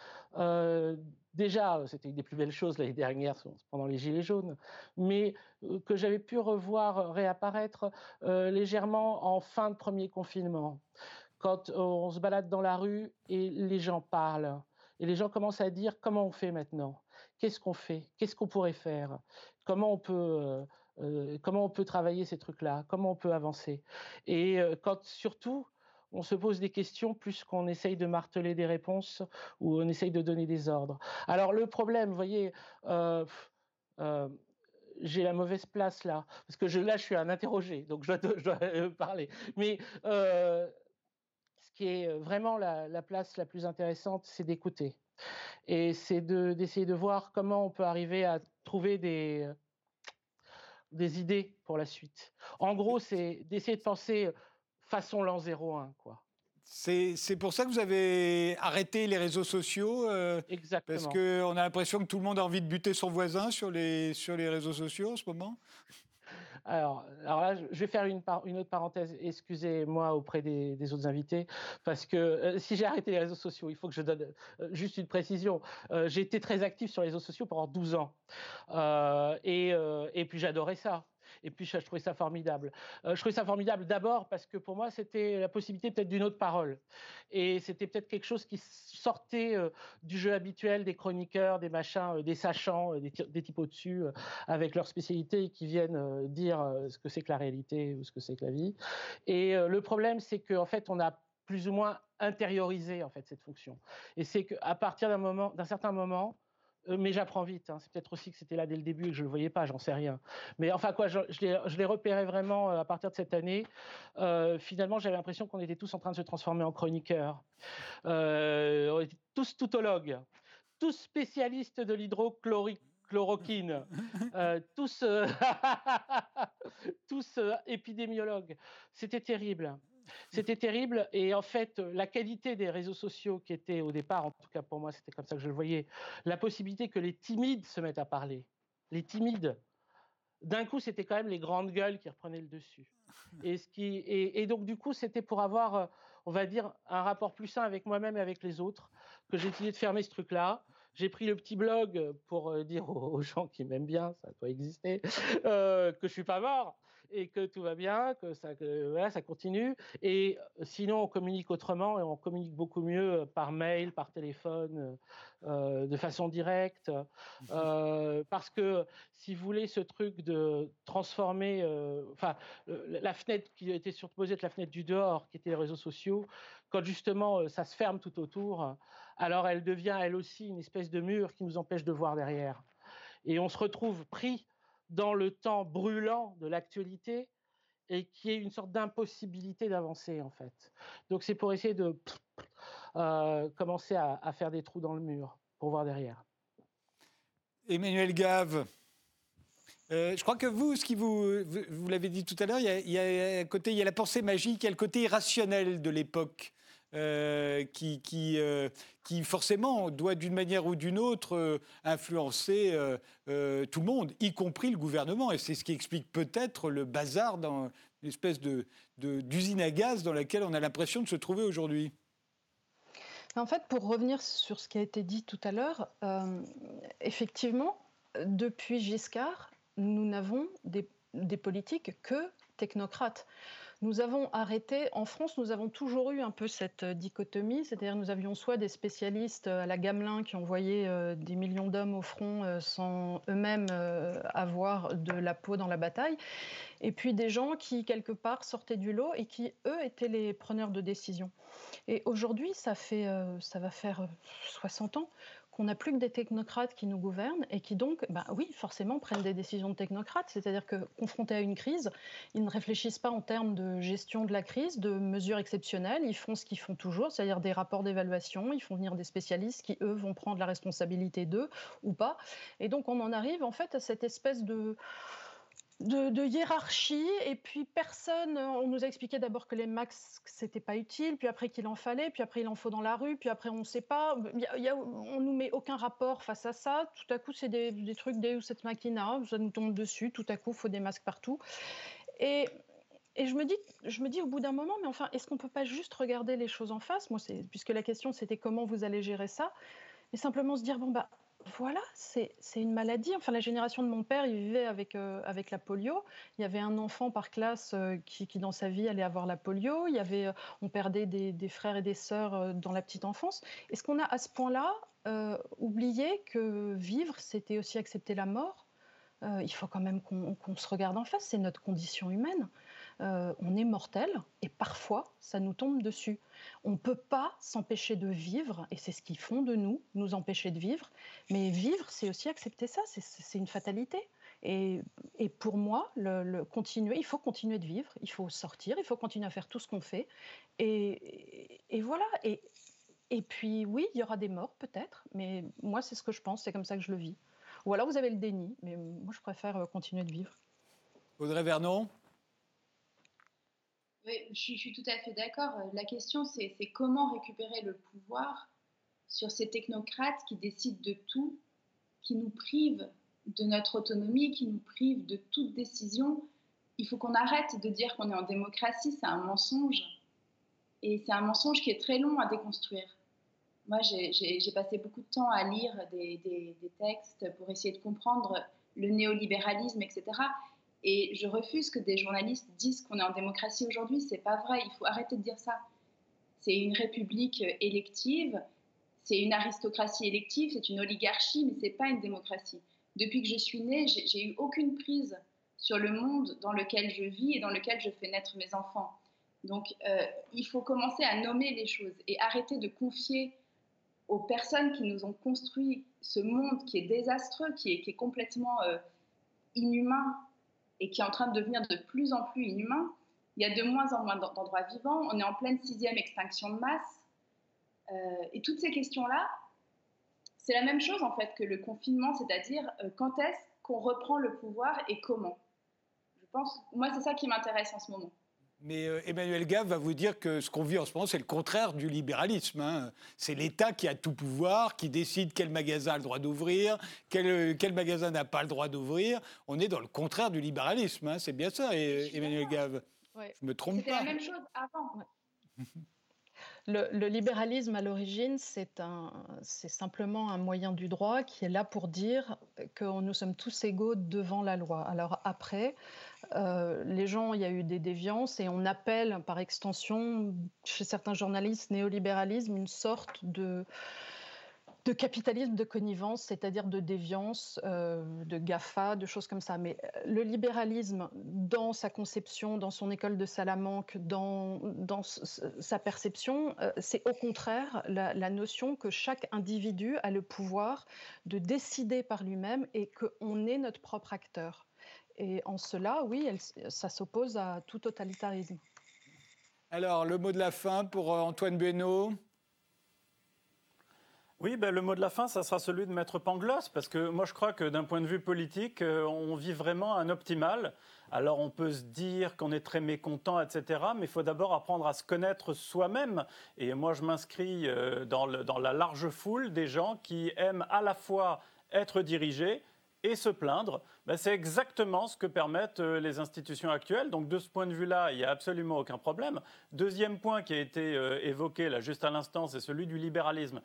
Déjà, c'était une des plus belles choses l'année dernière, pendant les Gilets jaunes, mais que j'avais pu revoir réapparaître légèrement en fin de premier confinement, quand on se balade dans la rue et les gens parlent. Et les gens commencent à dire comment on fait maintenant, qu'est-ce qu'on fait, qu'est-ce qu'on pourrait faire, comment on peut travailler ces trucs-là, comment on peut avancer. Et quand surtout on se pose des questions plus qu'on essaye de marteler des réponses ou on essaye de donner des ordres. Alors le problème, vous voyez, j'ai la mauvaise place là, parce que là je suis un interrogé, donc je dois parler. Mais qui est vraiment la place la plus intéressante, c'est d'écouter. Et c'est d'essayer de voir comment on peut arriver à trouver des idées pour la suite. En gros, c'est d'essayer de penser façon l'an 01, quoi. C'est pour ça que vous avez arrêté les réseaux sociaux parce Exactement. qu'on a l'impression que tout le monde a envie de buter son voisin sur les réseaux sociaux en ce moment. Alors là, je vais faire une autre parenthèse, excusez-moi auprès des autres invités, parce que si j'ai arrêté les réseaux sociaux, il faut que je donne juste une précision. J'ai été très actif sur les réseaux sociaux pendant 12 ans. Et puis j'adorais ça. Et puis je trouvais ça formidable. Je trouvais ça formidable d'abord parce que pour moi, c'était la possibilité peut-être d'une autre parole. Et c'était peut-être quelque chose qui sortait du jeu habituel des chroniqueurs, des machins, des sachants, des types au-dessus, avec leur spécialité et qui viennent dire ce que c'est que la réalité ou ce que c'est que la vie. Et le problème, c'est qu'en fait, on a plus ou moins intériorisé en fait cette fonction. Et c'est qu'à partir d'un certain moment, mais j'apprends vite. C'est peut-être aussi que c'était là dès le début et que je ne le voyais pas, j'en sais rien. Mais enfin, quoi, je l'ai repéré vraiment à partir de cette année. Finalement, j'avais l'impression qu'on était tous en train de se transformer en chroniqueurs. On était tous toutologues, tous spécialistes de l'hydrochloroquine, tous, tous épidémiologues. C'était terrible. C'était terrible et en fait, la qualité des réseaux sociaux qui était au départ, en tout cas pour moi, c'était comme ça que je le voyais, la possibilité que les timides se mettent à parler. Les timides, d'un coup, c'était quand même les grandes gueules qui reprenaient le dessus. Et donc, du coup, c'était pour avoir, on va dire, un rapport plus sain avec moi-même et avec les autres, que j'ai essayé de fermer ce truc-là. J'ai pris le petit blog pour dire aux gens qui m'aiment bien, ça doit exister, que je suis pas mort et que tout va bien, que voilà, ça continue. Et sinon, on communique autrement et on communique beaucoup mieux par mail, par téléphone, de façon directe. Parce que, si vous voulez, ce truc de transformer, la fenêtre qui était surposée être la fenêtre du dehors, qui était les réseaux sociaux, quand justement ça se ferme tout autour, alors elle devient elle aussi une espèce de mur qui nous empêche de voir derrière. Et on se retrouve pris dans le temps brûlant de l'actualité et qui est une sorte d'impossibilité d'avancer en fait. Donc c'est pour essayer de commencer à faire des trous dans le mur pour voir derrière. Emmanuel Gave, je crois que vous l'avez dit tout à l'heure, il y a la pensée magique, il y a le côté irrationnel de l'époque. Qui forcément doit d'une manière ou d'une autre influencer tout le monde, y compris le gouvernement. Et c'est ce qui explique peut-être le bazar dans l'espèce d'usine à gaz dans laquelle on a l'impression de se trouver aujourd'hui. En fait, pour revenir sur ce qui a été dit tout à l'heure, effectivement, depuis Giscard, nous n'avons des politiques que technocrates. Nous avons arrêté, en France, nous avons toujours eu un peu cette dichotomie, c'est-à-dire nous avions soit des spécialistes à la Gamelin qui envoyaient des millions d'hommes au front sans eux-mêmes avoir de la peau dans la bataille, et puis des gens qui, quelque part, sortaient du lot et qui, eux, étaient les preneurs de décision. Et aujourd'hui, ça va faire 60 ans qu'on n'a plus que des technocrates qui nous gouvernent et qui donc, oui, forcément, prennent des décisions de technocrates. C'est-à-dire que, confrontés à une crise, ils ne réfléchissent pas en termes de gestion de la crise, de mesures exceptionnelles. Ils font ce qu'ils font toujours, c'est-à-dire des rapports d'évaluation. Ils font venir des spécialistes qui, eux, vont prendre la responsabilité d'eux ou pas. Et donc, on en arrive, en fait, à cette espèce de hiérarchie, et puis personne, on nous a expliqué d'abord que les masques c'était pas utile, puis après qu'il en fallait, puis après il en faut dans la rue, puis après on sait pas, on nous met aucun rapport face à ça, tout à coup c'est des trucs Deus ex machina, ça nous tombe dessus, tout à coup il faut des masques partout, et je me dis au bout d'un moment, mais enfin, est-ce qu'on peut pas juste regarder les choses en face, puisque la question c'était comment vous allez gérer ça, et simplement se dire, voilà, c'est une maladie. Enfin, la génération de mon père, il vivait avec la polio. Il y avait un enfant par classe qui, dans sa vie, allait avoir la polio. On perdait des frères et des sœurs dans la petite enfance. Est-ce qu'on a à ce point-là oublié que vivre, c'était aussi accepter la mort ? Il faut quand même qu'on se regarde en face. C'est notre condition humaine. On est mortel et parfois, ça nous tombe dessus. On ne peut pas s'empêcher de vivre, et c'est ce qu'ils font de nous empêcher de vivre. Mais vivre, c'est aussi accepter ça, c'est une fatalité. Et pour moi, il faut continuer de vivre, il faut sortir, il faut continuer à faire tout ce qu'on fait. Et voilà. Et puis oui, il y aura des morts peut-être, mais moi c'est ce que je pense, c'est comme ça que je le vis. Ou alors vous avez le déni, mais moi je préfère continuer de vivre. Audrey Vernon ? Oui, je suis tout à fait d'accord. La question, c'est comment récupérer le pouvoir sur ces technocrates qui décident de tout, qui nous privent de notre autonomie, qui nous privent de toute décision. Il faut qu'on arrête de dire qu'on est en démocratie, c'est un mensonge. Et c'est un mensonge qui est très long à déconstruire. Moi, j'ai passé beaucoup de temps à lire des textes pour essayer de comprendre le néolibéralisme, etc. Et je refuse que des journalistes disent qu'on est en démocratie aujourd'hui. C'est pas vrai, il faut arrêter de dire ça. C'est une république élective, c'est une aristocratie élective, c'est une oligarchie, mais c'est pas une démocratie. Depuis que je suis née, j'ai eu aucune prise sur le monde dans lequel je vis et dans lequel je fais naître mes enfants. Donc, il faut commencer à nommer les choses et arrêter de confier aux personnes qui nous ont construit ce monde qui est désastreux, qui est complètement inhumain et qui est en train de devenir de plus en plus inhumain. Il y a de moins en moins d'endroits vivants. On est en pleine 6e extinction de masse. Et toutes ces questions-là, c'est la même chose en fait que le confinement, c'est-à-dire quand est-ce qu'on reprend le pouvoir et comment. Je pense, moi, c'est ça qui m'intéresse en ce moment. Mais Emmanuel Gave va vous dire que ce qu'on vit en ce moment, c'est le contraire du libéralisme. Hein. C'est l'État qui a tout pouvoir, qui décide quel magasin a le droit d'ouvrir, quel magasin n'a pas le droit d'ouvrir. On est dans le contraire du libéralisme. Hein. C'est bien ça, Emmanuel Gave. Ouais. Je me trompe pas. C'était la même chose avant. Ouais. Le libéralisme, à l'origine, c'est simplement un moyen du droit qui est là pour dire que nous sommes tous égaux devant la loi. Alors après, les gens, il y a eu des déviances et on appelle par extension, chez certains journalistes, néolibéralisme, une sorte de capitalisme de connivence, c'est-à-dire de déviance, de GAFA, de choses comme ça. Mais le libéralisme, dans sa conception, dans son école de Salamanque, dans sa perception, c'est au contraire la notion que chaque individu a le pouvoir de décider par lui-même et qu'on est notre propre acteur. Et en cela, oui, ça s'oppose à tout totalitarisme. Alors, le mot de la fin pour Antoine Benoît. Oui, le mot de la fin, ça sera celui de Maître Pangloss, parce que moi je crois que d'un point de vue politique, on vit vraiment un optimal. Alors on peut se dire qu'on est très mécontent, etc., mais il faut d'abord apprendre à se connaître soi-même. Et moi je m'inscris dans la large foule des gens qui aiment à la fois être dirigés et se plaindre. C'est exactement ce que permettent les institutions actuelles. Donc de ce point de vue-là, il n'y a absolument aucun problème. Deuxième point qui a été évoqué là, juste à l'instant, c'est celui du libéralisme.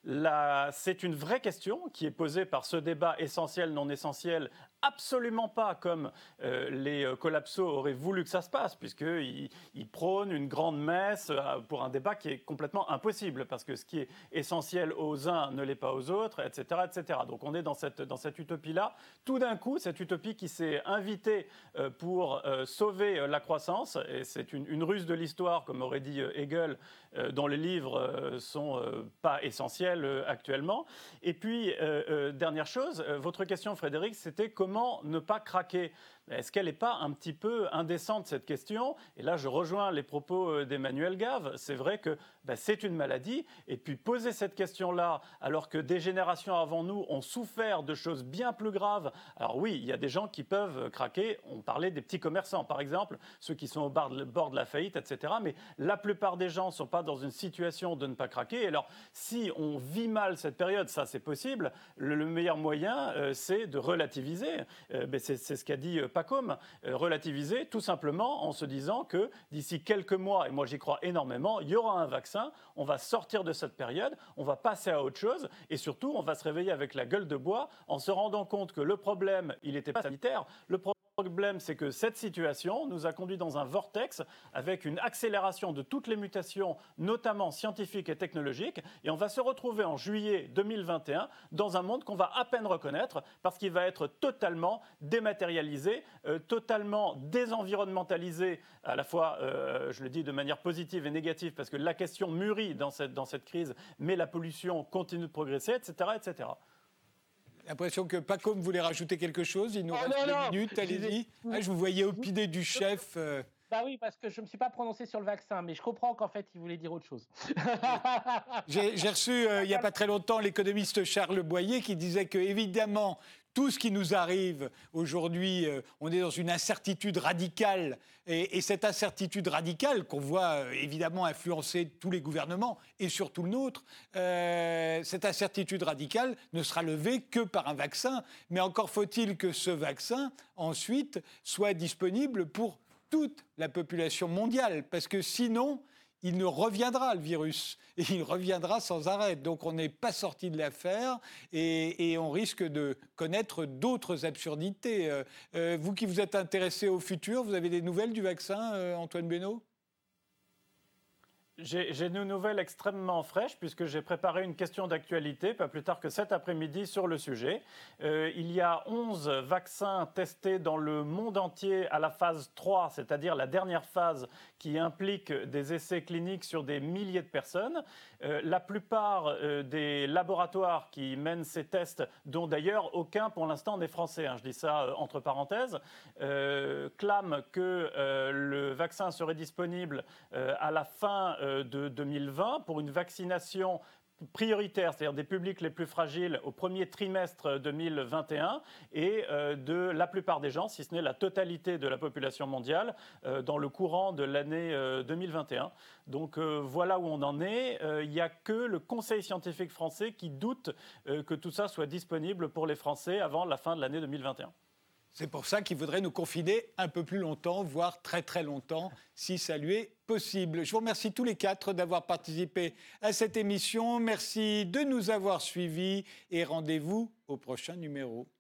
Là, c'est une vraie question qui est posée par ce débat essentiel, non essentiel, absolument pas comme les collapsos auraient voulu que ça se passe, puisqu'ils prônent une grande messe pour un débat qui est complètement impossible, parce que ce qui est essentiel aux uns ne l'est pas aux autres, etc. etc. Donc on est dans cette utopie-là. Tout d'un coup, cette utopie qui s'est invitée pour sauver la croissance, et c'est une ruse de l'histoire, comme aurait dit Hegel, dont les livres sont pas essentiels actuellement. Et puis, dernière chose, votre question, Frédéric, c'était comment ne pas craquer. Est-ce qu'elle n'est pas un petit peu indécente, cette question ? Et là, je rejoins les propos d'Emmanuel Gave. C'est vrai que c'est une maladie. Et puis, poser cette question-là, alors que des générations avant nous ont souffert de choses bien plus graves. Alors oui, il y a des gens qui peuvent craquer. On parlait des petits commerçants, par exemple, ceux qui sont au bord de la faillite, etc. Mais la plupart des gens ne sont pas dans une situation de ne pas craquer. Et alors, si on vit mal cette période, ça c'est possible, le meilleur moyen, c'est de relativiser. C'est ce qu'a dit Pacôme, relativiser tout simplement en se disant que d'ici quelques mois, et moi j'y crois énormément, il y aura un vaccin, on va sortir de cette période, on va passer à autre chose et surtout on va se réveiller avec la gueule de bois en se rendant compte que le problème, il n'était pas sanitaire, le problème, c'est que cette situation nous a conduit dans un vortex avec une accélération de toutes les mutations, notamment scientifiques et technologiques, et on va se retrouver en juillet 2021 dans un monde qu'on va à peine reconnaître parce qu'il va être totalement dématérialisé, totalement désenvironnementalisé, à la fois, je le dis de manière positive et négative, parce que la question mûrit dans cette crise, mais la pollution continue de progresser, etc., etc. L'impression que Pacôme voulait rajouter quelque chose. Il nous reste 2 minutes, allez-y. Je vous voyais opiner du chef. Bah oui, parce que je ne me suis pas prononcé sur le vaccin, mais je comprends qu'en fait, il voulait dire autre chose. J'ai reçu, il n'y a pas très longtemps, l'économiste Charles Boyer qui disait que, évidemment, tout ce qui nous arrive aujourd'hui, on est dans une incertitude radicale. Et cette incertitude radicale qu'on voit évidemment influencer tous les gouvernements et surtout le nôtre, cette incertitude radicale ne sera levée que par un vaccin. Mais encore faut-il que ce vaccin, ensuite, soit disponible pour toute la population mondiale. Parce que sinon, il ne reviendra, le virus. Et il reviendra sans arrêt. Donc on n'est pas sorti de l'affaire et on risque de connaître d'autres absurdités. Vous qui vous êtes intéressé au futur, vous avez des nouvelles du vaccin, Antoine Benoît ? J'ai une nouvelle extrêmement fraîche puisque j'ai préparé une question d'actualité, pas plus tard que cet après-midi, sur le sujet. Il y a 11 vaccins testés dans le monde entier à la phase 3, c'est-à-dire la dernière phase qui implique des essais cliniques sur des milliers de personnes. La plupart des laboratoires qui mènent ces tests, dont d'ailleurs aucun pour l'instant n'est français, je dis ça entre parenthèses, clament que le vaccin serait disponible à la fin de 2020 pour une vaccination prioritaire, c'est-à-dire des publics les plus fragiles au premier trimestre 2021 et de la plupart des gens, si ce n'est la totalité de la population mondiale, dans le courant de l'année 2021. Donc voilà où on en est. Il n'y a que le Conseil scientifique français qui doute que tout ça soit disponible pour les Français avant la fin de l'année 2021. C'est pour ça qu'il voudrait nous confiner un peu plus longtemps, voire très très longtemps, si ça lui est possible. Je vous remercie tous les 4 d'avoir participé à cette émission. Merci de nous avoir suivis et rendez-vous au prochain numéro.